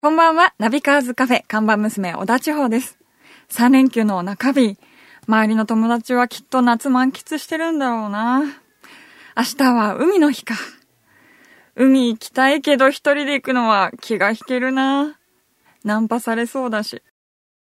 こんばんは、ナビカーズカフェ看板娘小田千穂です。3連休の中日、周りの友達はきっと夏満喫してるんだろうな。明日は海の日か。海行きたいけど一人で行くのは気が引けるな。ナンパされそうだし。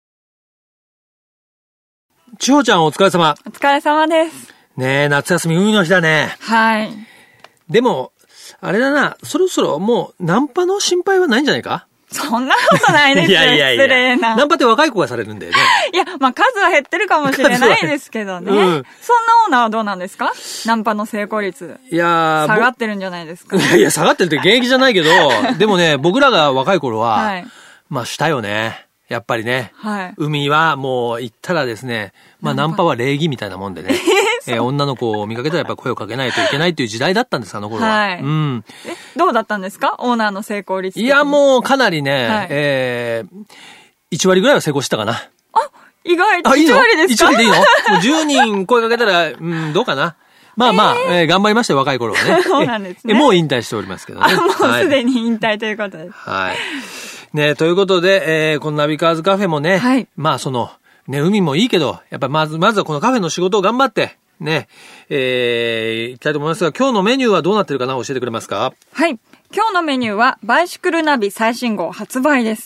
千穂ちゃんお疲れ様。 お疲れ様です。 ねえ、夏休み海の日だね。 はい。 でも、あれだな、そろそろもうナンパの心配はないんじゃないか？ そんなことないですよ。失礼な。 ナンパって若い子がされるんだよね。 いや、まあ数は減ってるかもしれないですけどね。そんなオーナーはどうなんですか？ナンパの成功率。 いや下がってるんじゃないですか？ いや、下がってるって現役じゃないけど、でもね、僕らが若い頃は、はい、まあしたよね。やっぱりね、はい、海はもう行ったらですね、まあナンパは礼儀みたいなもんでね、女の子を見かけたらやっぱ声をかけないといけないという時代だったんです、あの頃は。はい。うん。 どうだったんですか？オーナーの成功率。 いや、もうかなりね、はい、1割ぐらいは成功したかな。 あ、意外。1割ですか？ 1 割でいいの？もう10人声かけたら、どうかな。まあまあ、頑張りましたよ、若い頃はね。 そうなんですね。 もう引退しておりますけどね。 もうすでに引退ということです。 はい。ね、ということで、このナビカーズカフェもね、はい、まあね、海もいいけど、やっぱまずはこのカフェの仕事を頑張って、ね、行きたいと思いますが、今日のメニューはどうなってるかな、教えてくれますか？ はい。今日のメニューは、バイシクルナビ最新号発売です。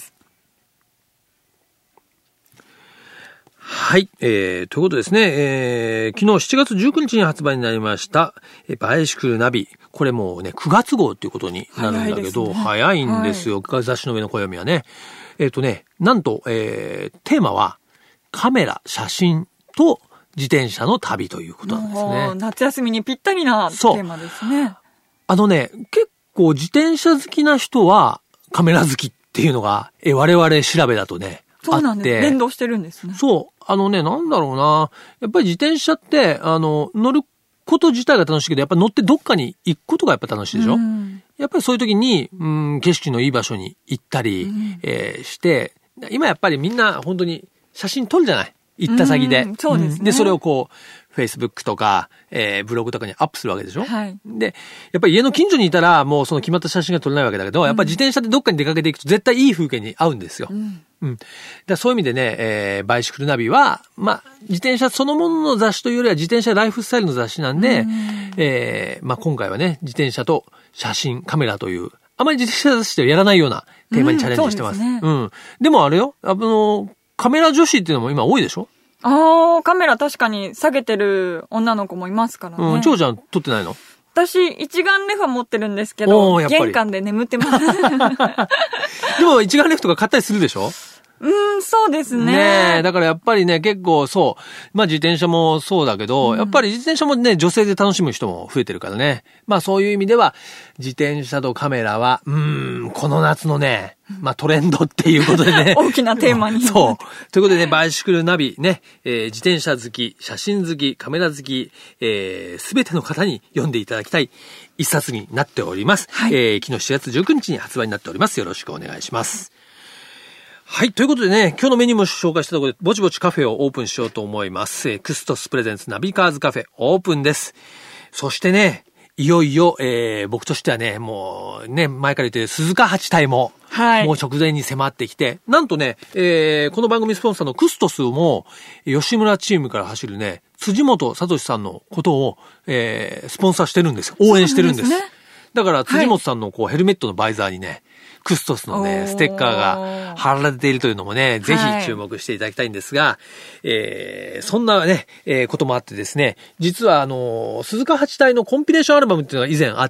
はい。ということですね、昨日7月19日に発売になりました、バイシクルナビ。これもうね、9月号っていうことになるんだけど、早いんですよ。はい、雑誌の上の暦はね。なんと、テーマは、カメラ、写真と自転車の旅ということなんですね。 夏休みにぴったりなテーマですね。 結構自転車好きな人はカメラ好きっていうのが、我々調べだとね、 そうなんです。連動してるんですね。 そう。なんだろうな。やっぱり自転車って、乗ること自体が楽しいけど、やっぱ乗ってどっかに行くことがやっぱ楽しいでしょ？やっぱりそういう時に、景色のいい場所に行ったり、して、今やっぱりみんな本当に写真撮るじゃない？行った先で。 そうですね。 で、それをこう、Facebook とか、ブログとかにアップするわけでしょ？はい。で、やっぱり家の近所にいたら、もうその決まった写真が撮れないわけだけど、やっぱり自転車でどっかに出かけていくと絶対いい風景に合うんですよ。そういう意味でね、バイシクルナビは、まあ、自転車そのものの雑誌というよりは自転車ライフスタイルの雑誌なんで、まあ今回はね、自転車と写真、カメラという、あまり自転車雑誌ではやらないようなテーマにチャレンジしてます。でもあれよ、カメラ女子っていうのも今多いでしょ？ カメラ確かに下げてる女の子もいますからね。 長ちゃん撮ってないの？ 私、一眼レフは持ってるんですけど、玄関で眠ってます。 でも一眼レフとか買ったりするでしょ？ そうですね。 ねえ、だからやっぱりね、結構そう、まあ自転車もそうだけど、やっぱり自転車もね、女性で楽しむ人も増えてるからね。まあそういう意味では、自転車とカメラは、この夏のね、まあトレンドっていうことでね。 大きなテーマに。 そう。ということでね、バイシクルナビね、自転車好き、写真好き、カメラ好き、すべての方に読んでいただきたい一冊になっております。はい、昨日7月19日に発売になっております。よろしくお願いします。はい。ということでね、今日のメニューも紹介したところで、ぼちぼちカフェをオープンしようと思います。クストスプレゼンツナビカーズカフェオープンです。そしてね、いよいよ、僕としてはね、もうね、前から言ってる鈴鹿八隊も、はい、もう直前に迫ってきて、なんとね、この番組スポンサーのクストスも、吉村チームから走るね、辻本聡さんのことを、スポンサーしてるんですよ。応援してるんです。だから辻本さんのこう、ヘルメットのバイザーにね、クストスのね、ステッカーが貼られているというのもね、ぜひ注目していただきたいんですが、そんなね、こともあってですね、実は鈴鹿八隊のコンピレーションアルバムっていうのが以前あって、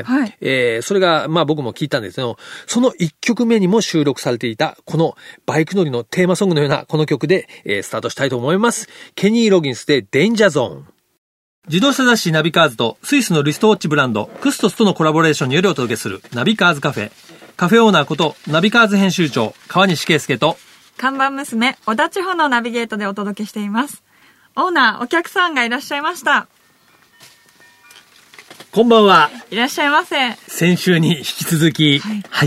それがまあ僕も聞いたんですけど、その1曲目にも収録されていた、このバイク乗りのテーマソングのようなこの曲で、スタートしたいと思います。ケニー・ロギンスでデンジャーゾーン。自動車雑誌ナビカーズとスイスのリストウォッチブランドクストスとのコラボレーションによりお届けするナビカーズカフェ。カフェオーナーことナビカーズ編集長川西圭介と看板娘小田千穂のナビゲートでお届けしています。オーナー、お客さんがいらっしゃいました。 こんばんは。 いらっしゃいませ。 先週に引き続き、はい、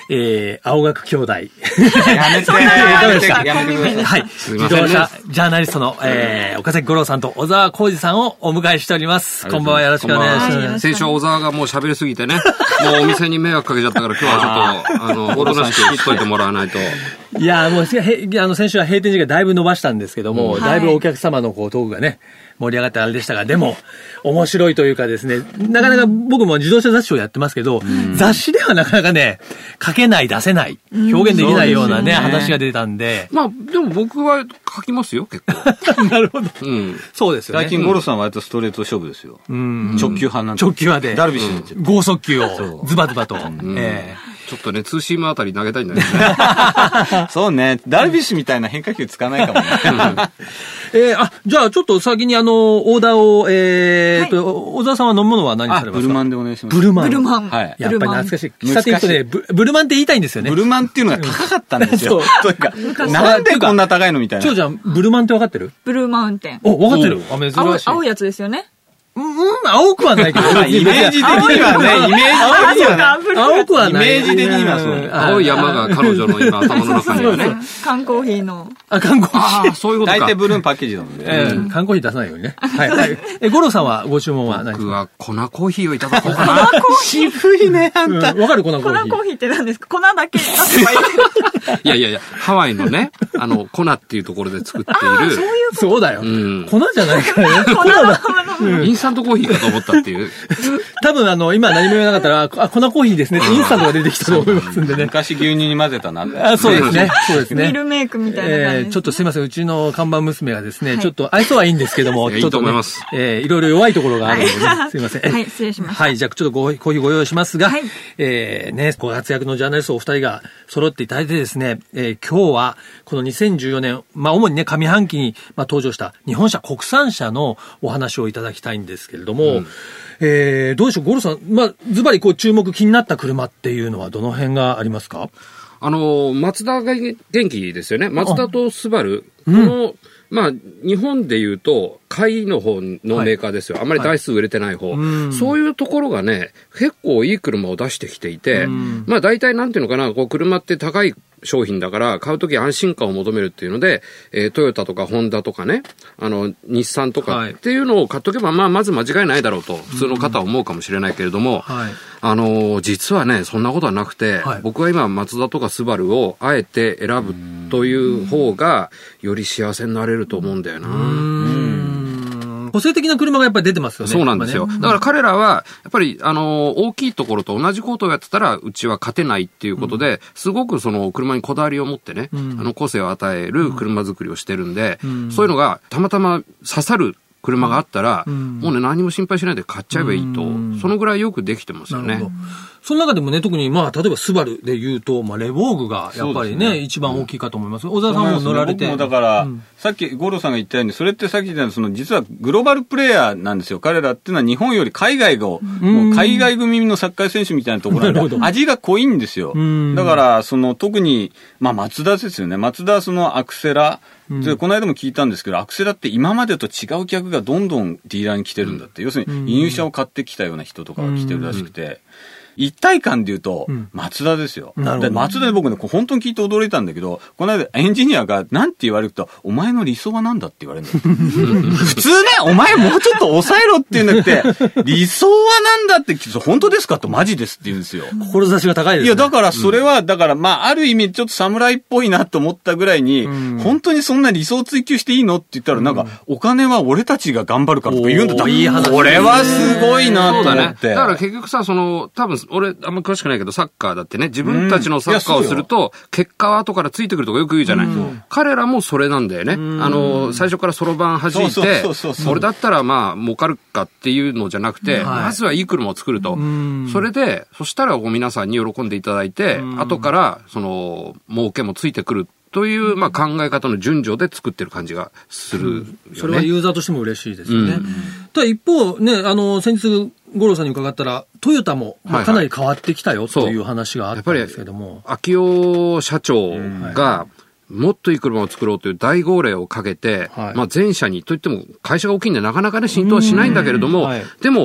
青学兄弟。 やめてはい。自動車ジャーナリストの、岡崎五郎さんと小沢浩二さんをお迎えしております。こんばんは、よろしくお願いします。 先週小沢がもう喋りすぎてね、もうお店に迷惑かけちゃったから今日はちょっと、おとなしく聞っといてもらわないと。 いやもう、先週は閉店時間だいぶ伸ばしたんですけども、だいぶお客様のトークがね、盛り上がってあれでしたが、でも、面白いというかですね、なかなか僕も自動車雑誌をやってますけど、雑誌ではなかなかね、書けない、出せない、表現できないようなね、話が出たんで。 まあ、でも僕は書きますよ、結構。 なるほど。そうですよね。 最近、ゴロさんは割とストレート勝負ですよ。直球派なんで。 直球派で。 ダルビッシュ剛速球を、ズバズバと。 ちょっとね、ツーシームあたり投げたいんだけどね。そうね。ダルビッシュみたいな変化球使わないかもね。 じゃあちょっと先にオーダーを、小沢さんは飲むものは何されますか？ ブルマンでお願いします。 ブルマン。 はい。 やっぱり懐かしい。喫茶店行くとね、ブルマンって言いたいんですよね。 ブルマンっていうのが高かったんですよ。というか、なんでこんな高いのみたいな。 ちょうちゃん、ブルマンって分かってる？ ブルーマウンテン。 お、分かってる。珍しい。 青いやつですよね。 青くはないけど。 イメージ的にはね、 青くはない。 イメージ的にはそう。 青い山が彼女の今頭の中にはね。 缶コーヒーの。 缶コーヒー。 そういうことか。 大体ブルーンパッケージなので。 缶コーヒー出さないようにね。はい。五郎さんはご注文は何ですか？ 僕は粉コーヒーをいただこうかな。 渋いね、あんた。 わかる？粉コーヒー。 粉コーヒーって何ですか？粉だけ。 いや、ハワイのね、粉っていうところで作っている。 そうだよ。粉じゃないからね。 粉だ。 インスタントコーヒーかと思ったっていう。 多分今何も言わなかったら、粉コーヒーですね。インスタントが出てきたと思いますんでね。 昔牛乳に混ぜたな。 そうですね。そうですね。 ミルメイクみたいな感じ。 ちょっとすいません。うちの看板娘がですね、ちょっと愛想はいいんですけども、 いいと思います。 いろいろ弱いところがあるのでね。すいません。 はい、失礼しました。 はい、じゃあちょっとコーヒーご用意しますが、ご活躍のジャーナリストお二人が揃っていただいてですね、今日はこの2014年、主にね、上半期に登場した日本車国産車のお話をいただきたいんですけれども、どうでしょう、五郎さん、ズバリ注目気になった車っていうのはどの辺がありますか？ マツダが元気ですよね。マツダとスバル。この、日本で言うと、下位の方のメーカーですよ。あんまり台数売れてない方。そういうところがね、結構いい車を出してきていて、大体なんていうのかな、車って高い商品だから買うとき安心感を求めるっていうので、トヨタとかホンダとかね、日産とかっていうのを買っとけば、まず間違いないだろうと、普通の方は思うかもしれないけれども、実はね、そんなことはなくて、僕は今、マツダとかスバルをあえて選ぶという方が、より幸せになれると思うんだよな。 個性的な車がやっぱり出てますよね。 そうなんですよ。だから彼らは、やっぱり、大きいところと同じことをやってたら、うちは勝てないっていうことで、すごくその車にこだわりを持ってね、個性を与える車作りをしてるんで、そういうのがたまたま刺さる車があったら、もうね、何も心配しないで買っちゃえばいいと、そのぐらいよくできてますよね。 その中でもね、特に例えばスバルで言うと、レボーグがやっぱりね、一番大きいかと思います。小沢さんも乗られて。 僕もだから、さっき五郎さんが言ったように、それってさっき言った実はグローバルプレイヤーなんですよ。彼らっていうのは日本より海外もう海外組のサッカー選手みたいなところで味が濃いんですよ。だから、特に、マツダですよね。マツダはアクセラ。この間も聞いたんですけど、アクセラって今までと違う客がどんどんディーラーに来てるんだって。要するに輸入車を買ってきたような人とかが来てるらしくて。一体感で言うと、マツダですよ。で、マツダで僕ね、本当に聞いて驚いたんだけど、この間エンジニアがなんて言われると、お前の理想は何だって言われるんだ普通ね、お前もうちょっと抑えろって言うんだって、理想は何だって聞くと、本当ですかとマジですって言うんですよ。 志が高いですね。 いや、だからそれは、ある意味ちょっと侍っぽいなと思ったぐらいに、本当にそんな理想追求していいのって言ったら、お金は俺たちが頑張るからとか言うんだったら、これはすごいなと思って。 だから結局さ、多分、俺、あんま詳しくないけど、サッカーだってね、自分たちのサッカーをすると、結果は後からついてくるとかよく言うじゃない。彼らもそれなんだよね。最初からそろばん弾いて、俺だったら儲かるかっていうのじゃなくて、まずはいい車を作ると。それで、そしたら皆さんに喜んでいただいて、後から、儲けもついてくる。という、考え方の順序で作ってる感じがするよね。 それはユーザーとしても嬉しいですよね。ただ一方ね、先日、五郎さんに伺ったら、トヨタもかなり変わってきたよという話があったんですけども。 秋尾社長が、もっといい車を作ろうという大号令をかけて、全社にといっても会社が大きいんでなかなかね浸透はしないんだけれども、でも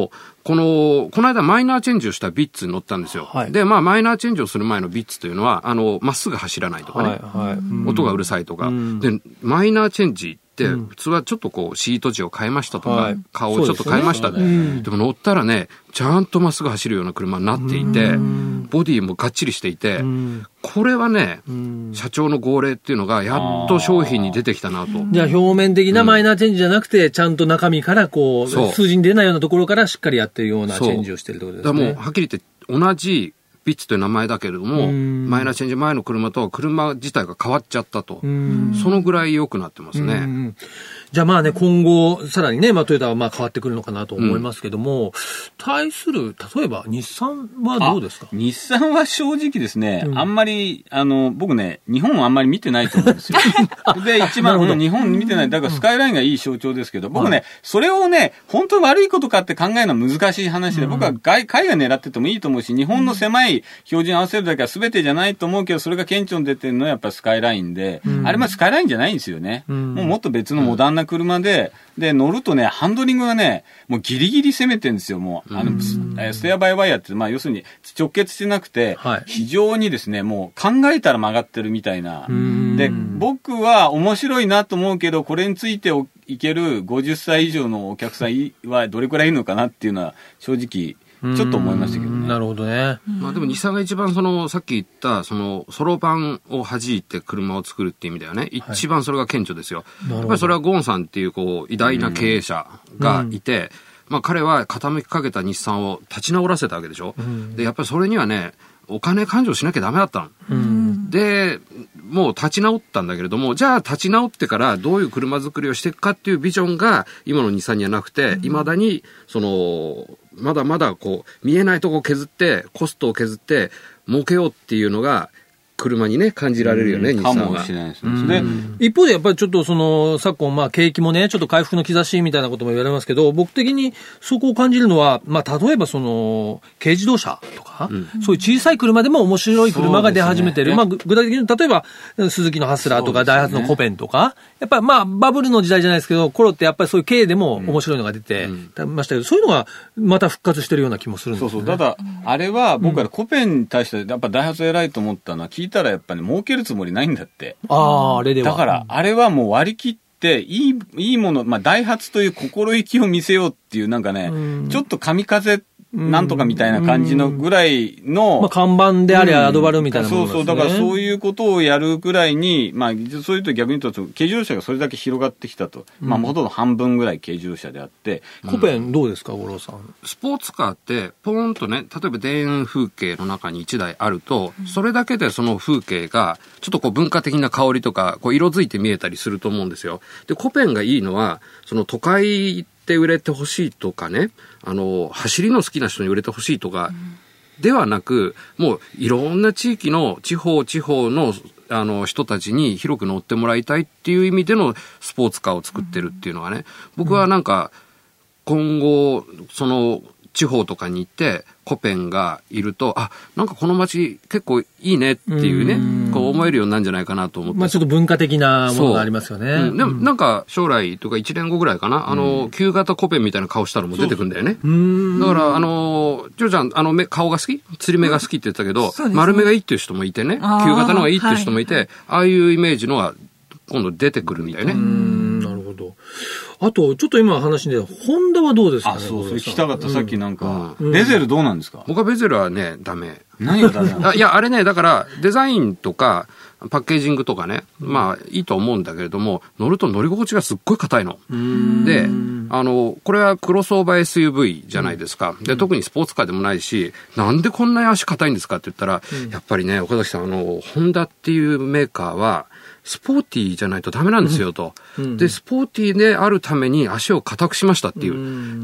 この間マイナーチェンジをしたビッツに乗ったんですよ。はい、で、まあマイナーチェンジをする前のビッツというのは、まっすぐ走らないとかね、音がうるさいとか。で、マイナーチェンジって普通はちょっとこうシート地を変えましたとか、顔をちょっと変えましたでも乗ったらね、ちゃんとまっすぐ走るような車になっていて、ボディもがっちりしていて、これはね、社長の号令っていうのがやっと商品に出てきたなと。 じゃあ表面的なマイナーチェンジじゃなくて、ちゃんと中身からこう、数字に出ないようなところからしっかりやってるようなチェンジをしてるってことですね。 だからもうはっきり言って同じビッツという名前だけれども、マイナーチェンジ前の車と車自体が変わっちゃったと。そのぐらい良くなってますね。 じゃあまあね、今後、さらにね、トヨタはまあ変わってくるのかなと思いますけども、対する、例えば日産はどうですか？ 日産は正直ですね、あんまり、僕ね、日本はあんまり見てないと思うんですよ。で、一番、日本見てない。だからスカイラインがいい象徴ですけど、僕ね、それをね、本当に悪いことかって考えるのは難しい話で、僕は海外狙っててもいいと思うし、日本の狭い標準合わせるだけは全てじゃないと思うけど、それが顕著に出てるのはやっぱスカイラインで、あれスカイラインじゃないんですよね。もっと別のモダンな車で、乗るとね、ハンドリングがね、もうギリギリ攻めてるんですよ、もう。ステアバイワイヤーって、要するに直結してなくて、非常にですね、もう考えたら曲がってるみたいな。で、僕は面白いなと思うけど、これについていける50歳以上のお客さんはどれくらいいるのかなっていうのは、正直、ちょっと思いましたけどね。 なるほどね。 でも日産が一番さっき言ったそろばんを弾いて車を作るっていう意味ではね、一番それが顕著ですよ。やっぱりそれはゴーンさんっていう偉大な経営者がいて、彼は傾きかけた日産を立ち直らせたわけでしょ。で、やっぱりそれにはね、お金勘定しなきゃダメだったの。で、もう立ち直ったんだけれども、じゃあ立ち直ってからどういう車作りをしていくかっていうビジョンが今の日産にはなくて、未だにまだまだ見えないとこを削って、コストを削って、儲けようっていうのが、車にね、感じられるよね、日産は。 かもしれないですね。 一方でやっぱりちょっと昨今、景気もね、ちょっと回復の兆しみたいなことも言われますけど、僕的にそこを感じるのは、例えば軽自動車とか、そういう小さい車でも面白い車が出始めてる。具体的に、例えば、スズキのハスラーとか、ダイハツのコペンとか、やっぱりバブルの時代じゃないですけど、頃ってやっぱりそういう経営でも面白いのが出てましたけど、そういうのがまた復活してるような気もするんですよね。 ただ、あれは僕はコペンに対して、やっぱダイハツ偉いと思ったのは、聞いたらやっぱり儲けるつもりないんだって。 あれでは。 だから、あれはもう割り切って、いいもの、ダイハツという心意気を見せようっていう、なんかね、ちょっと神風なんとかみたいな感じのぐらいの。 看板であれアドバルみたいなものですね。 だからそういうことをやるぐらいに、そういうと逆に言うと、軽自動車がそれだけ広がってきたと。ほとんど半分ぐらい軽自動車であって。 コペンどうですか、五郎さん。 スポーツカーって、ポーンとね、例えば田園風景の中に1台あると、それだけでその風景が、ちょっと文化的な香りとか、色づいて見えたりすると思うんですよ。で、コペンがいいのは、都会で売れてほしいとかね、走りの好きな人に売れてほしいとか、ではなく、もういろんな地域の地方の人たちに広く乗ってもらいたいっていう意味でのスポーツカーを作ってるっていうのはね、僕はなんか今後地方とかに行ってコペンがいると、なんかこの街結構いいねっていうね、思えるようになるんじゃないかなと思って。 ちょっと文化的なものがありますよね。 でもなんか将来とか1年後ぐらいかな、旧型コペンみたいな顔したのも出てくるんだよね。だから、ジョーちゃん、顔が好き？釣り目が好きって言ったけど、丸目がいいっていう人もいてね、旧型の方がいいっていう人もいて、ああいうイメージのが今度出てくるみたいね。 なるほど。あと、ちょっと今話で、ホンダはどうですかね。 それ聞きたかった。さっきなんか、ベゼルどうなんですか？ 僕はベゼルはね、ダメ。 何がダメなの？ いや、あれね、だから、デザインとか、パッケージングとかね、いいと思うんだけれども、乗ると乗り心地がすっごい硬いの。で、これはクロスオーバー SUV じゃないですか。で、特にスポーツカーでもないし、なんでこんなに足硬いんですかって言ったら、やっぱりね、岡崎さん、ホンダっていうメーカーは、スポーティーじゃないとダメなんですよと。で、スポーティーであるために足を硬くしましたっていう。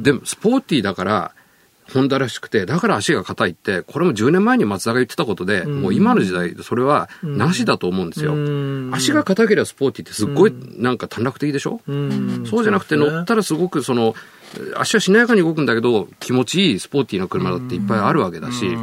でも、スポーティーだから、ホンダらしくて、だから足が硬いって、これも10年前に松田が言ってたことで、もう今の時代でそれはなしだと思うんですよ。足が硬ければスポーティーってすっごいなんか短絡的でしょ？そうじゃなくて乗ったらすごく足はしなやかに動くんだけど、気持ちいいスポーティーな車だっていっぱいあるわけだし、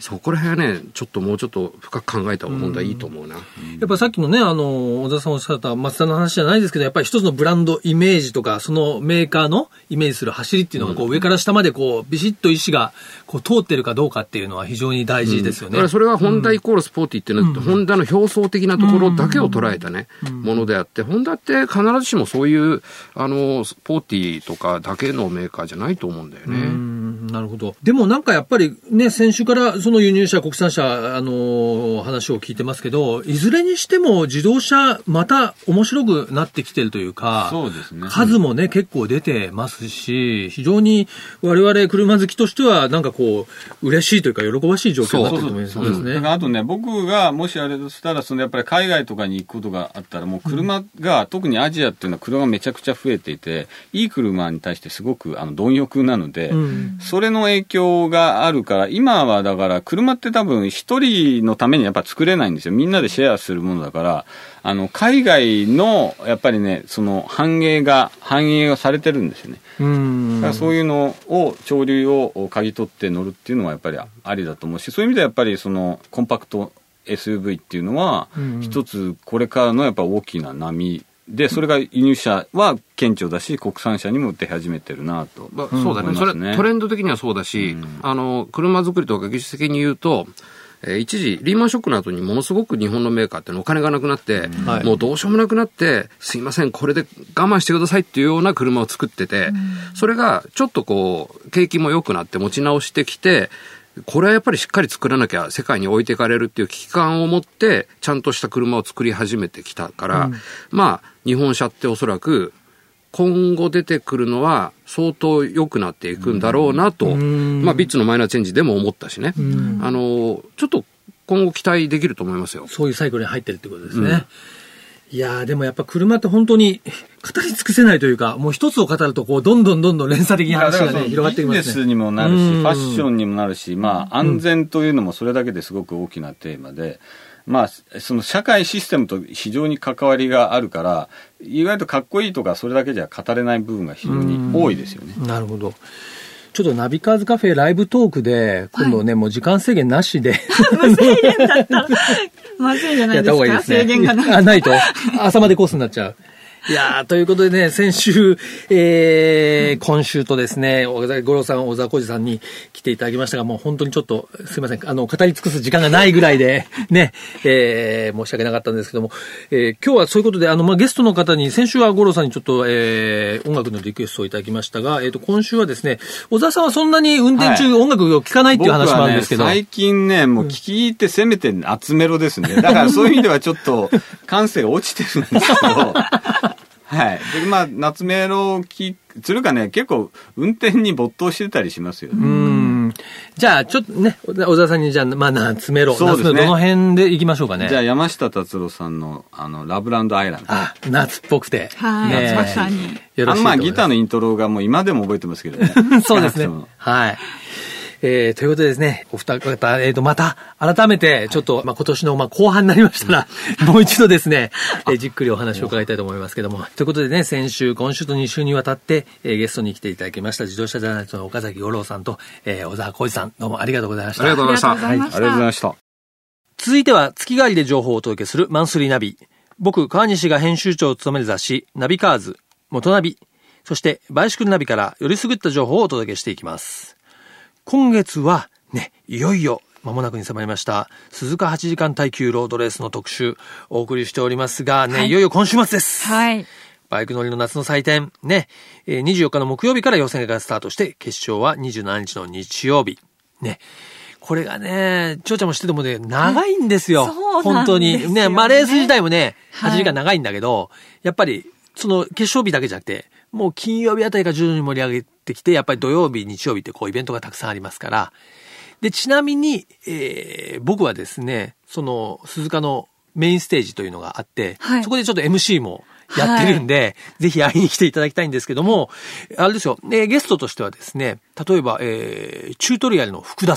そこら辺はね、ちょっともうちょっと深く考えた方がいいと思うな。 やっぱさっきのね、小田さんおっしゃった松田の話じゃないですけど、やっぱり一つのブランドイメージとか、そのメーカーのイメージする走りっていうのが、こう上から下までこう、ビシッと意思がこう通ってるかどうかっていうのは非常に大事ですよね。 だからそれはホンダイコールスポーティっていうのは、ホンダの表層的なところだけを捉えたね、ものであって、ホンダって必ずしもそういう、スポーティとかだけのメーカーじゃないと思うんだよね。 なるほど。でもなんかやっぱりね、先週からその輸入車、国産車、話を聞いてますけど、いずれにしても自動車、また面白くなってきてるというか、 そうですね。 数もね、結構出てますし、非常に我々車好きとしては、なんかこう、嬉しいというか、喜ばしい状況になってると思います。そうですね。 だからあとね、僕がもしあれとしたら、やっぱり海外とかに行くことがあったら、もう車が、特にアジアっていうのは車がめちゃくちゃ増えていて、いい車に対してすごく貪欲なので、それの影響があるから、今はだから車って多分一人のためにやっぱ作れないんですよ。みんなでシェアするものだから、海外のやっぱりね、その反映がされてるんですよね。だからそういうのを潮流を嗅ぎ取って乗るっていうのはやっぱりありだと思うし、そういう意味ではやっぱりそのコンパクト SUV っていうのは一つこれからのやっぱ大きな波で、それが輸入車は顕著だし、国産車にも出始めてるなと、 そうだね。それトレンド的にはそうだし、車作りとか技術的に言うと、一時リーマンショックの後にものすごく日本のメーカーってお金がなくなって、もうどうしようもなくなって、すいませんこれで我慢してくださいっていうような車を作ってて、それがちょっとこう景気も良くなって持ち直してきて、これはやっぱりしっかり作らなきゃ世界に置いていかれるっていう危機感を持ってちゃんとした車を作り始めてきたから、まあ日本車っておそらく今後出てくるのは相当良くなっていくんだろうなと、まあビッツのマイナーチェンジでも思ったしね、ちょっと今後期待できると思いますよ。 そういうサイクルに入ってるってことですね。いやーでもやっぱ車って本当に語り尽くせないというか、もう一つを語るとこうどんどん連鎖的に話がね広がってきますね。 ビジネスにもなるし、ファッションにもなるし、まあ安全というのもそれだけですごく大きなテーマで、まあその社会システムと非常に関わりがあるから、意外とかっこいいとかそれだけじゃ語れない部分が非常に多いですよね。 なるほど。ちょっとナビカーズカフェライブトークで今度ね、もう時間制限なしで無制限だったらまずいじゃないですか。やった方がいいですね。制限がない。 ないと朝までコースになっちゃう。いやー、ということでね、先週、今週とですね、五郎さん、小沢浩二さんに来ていただきましたが、もう本当にちょっと、すいません、語り尽くす時間がないぐらいで、ね、申し訳なかったんですけども、今日はそういうことで、ゲストの方に、先週は五郎さんにちょっと、音楽のリクエストをいただきましたが、今週はですね、小沢さんはそんなに運転中、音楽を聴かないっていう話もあるんですけど。 僕はね、最近ね、もう聞いてせめて集めろですね。だからそういう意味ではちょっと、感性が落ちてるんですけど、はい。で、まあ、夏メロするかね、結構、運転に没頭してたりしますよね。 じゃあ、ちょっとね、小沢さんに、じゃあ、まあ、夏メロ。 そうですね。 どの辺で行きましょうかね。 じゃあ、山下達郎さんの、ラブランドアイランド。 あ、夏っぽくて。 はい。夏まさに。 よろしいと思います。 まあ、ギターのイントロがもう今でも覚えてますけどね。 そうですね。はい。ということでですね、お二方、また、改めて、ちょっと、まあ、今年の、後半になりましたら、もう一度ですね、じっくりお話を伺いたいと思いますけども。ということでね、先週、今週と2週にわたって、ゲストに来ていただきました、自動車ジャーナリストの岡崎五郎さんと、小沢浩二さん、どうもありがとうございました。 ありがとうございました。 ありがとうございました。 続いては、月替わりで情報をお届けするマンスリーナビ。僕、川西が編集長を務める雑誌、ナビカーズ、元ナビ、そして、バイシクルナビからよりすぐった情報をお届けしていきます。今月は、ね、いよいよ間もなくに迫りました鈴鹿8時間耐久ロードレースの特集お送りしておりますがね、いよいよ今週末です。はい。バイク乗りの夏の祭典ね、24日の木曜日から予選がスタートして決勝は27日の日曜日ね。これがね、ちょうちゃんも知っててもね、長いんですよ。 そうなんですよね。 本当にね、まあレース自体もね、8時間長いんだけど、やっぱりその決勝日だけじゃなくて、もう金曜日あたりから徐々に盛り上げてきて、やっぱり土曜日、日曜日ってこうイベントがたくさんありますから。で、ちなみに、僕はですね、その鈴鹿のメインステージというのがあって、はい、そこでちょっと MC もやってるんで、はい、ぜひ会いに来ていただきたいんですけども、あれですよ、ゲストとしてはですね、例えば、チュートリアルの福田さん。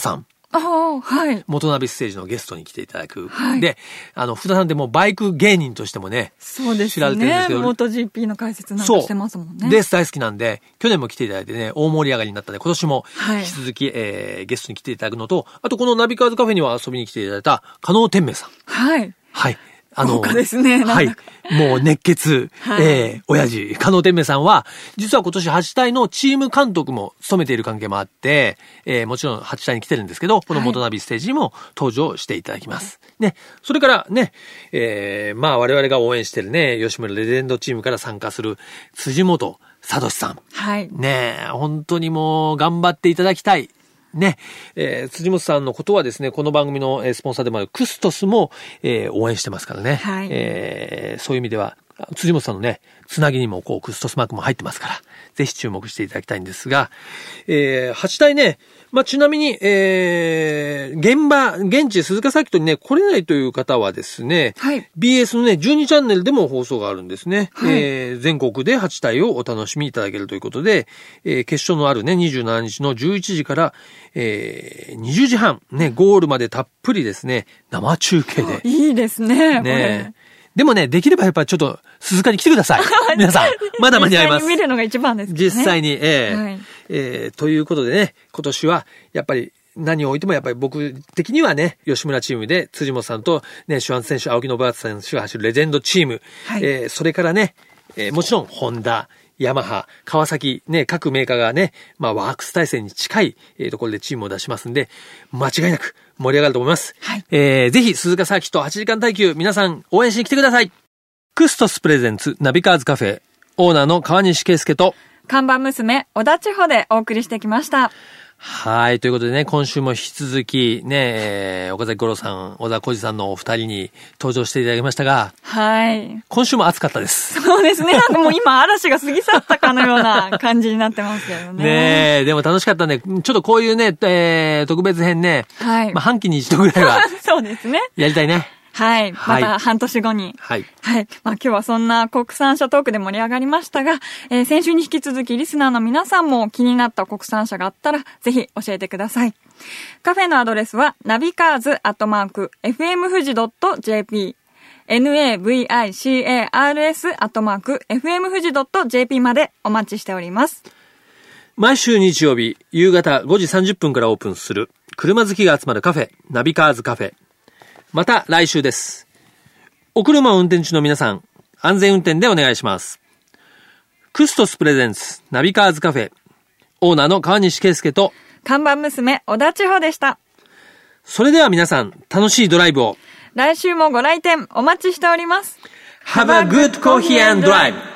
はい。 元ナビステージのゲストに来ていただく。 はい。 で、福田さんってもうバイク芸人としてもね、 そうですね。 知られてるんですけど。 MotoGP の解説なんかしてますもんね。 レース大好きなんで、去年も来ていただいてね、大盛り上がりになったんで、今年も引き続き、ゲストに来ていただくのと、あとこのナビカーズカフェには遊びに来ていただいた、加納天明さん。 はい。 はい。 豪華ですね。 はい。もう熱血、親父、加納天明さんは、実は今年8体のチーム監督も務めている関係もあって、もちろん8体に来てるんですけど、この元ナビステージにも登場していただきます。ね。それからね、まあ我々が応援してるね、吉村レジェンドチームから参加する辻本聡さん。 はい。 ね、本当にもう頑張っていただきたい。ね、辻本さんのことはですね、この番組のスポンサーでもあるクストスも、応援してますからね。 はい。 そういう意味では、辻本さんのね、つなぎにもこう、クストスマークも入ってますから、ぜひ注目していただきたいんですが、8体ね、まあ、ちなみに、現地鈴鹿サーキットにね、来れないという方はですね、 はい。 BS のね、12チャンネルでも放送があるんですね。 はい。 全国で8体をお楽しみいただけるということで、決勝のあるね、27日の11時から、20時半、ね、ゴールまでたっぷりですね、生中継で。 いいですね。 ね。でもね、できればやっぱりちょっと鈴鹿に来てください。皆さん、まだ間に合います。 実際に見るのが一番ですね。 実際に、 はい。 ということでね、今年はやっぱり何を置いてもやっぱり僕的にはね、吉村チームで辻本さんとね、手腕選手、青木信厚選手が走るレジェンドチーム、 はい。 それからね、もちろんホンダ、ヤマハ、川崎、ね、各メーカーがね、まあワークス体制に近い、ところでチームを出しますんで、間違いなく盛り上がると思います。 はい。 ぜひ鈴鹿サーキット8時間耐久、皆さん応援しに来てください。クストスプレゼンツナビカーズカフェ、オーナーの川西圭介と、 看板娘、小田千穂でお送りしてきました。 はい。ということでね、今週も引き続きね、岡崎五郎さん、小田浩二さんのお二人に登場していただきましたが、 はい。 今週も暑かったです。 そうですね。なんかもう今嵐が過ぎ去ったかのような感じになってますけどね。 ねえ、でも楽しかったね。ちょっとこういうね、特別編ね、 はい。 まあ半期に一度ぐらいは、 そうですね。 やりたいね。 はい。また半年後に。 はい。 はい。まあ今日はそんな国産車トークで盛り上がりましたが、先週に引き続きリスナーの皆さんも気になった国産車があったら、ぜひ教えてください。カフェのアドレスは、ナビカーズ@fmfuji.jp、navicars@fmfuji.jp までお待ちしております。 毎週日曜日、夕方5時30分からオープンする、車好きが集まるカフェ、ナビカーズカフェ。また来週です。お車を運転中の皆さん、安全運転でお願いします。クストスプレゼンツナビカーズカフェ、オーナーの川西圭介と、 看板娘、小田千穂でした。 それでは皆さん、楽しいドライブを。 来週もご来店お待ちしております。 Have a good coffee and drive!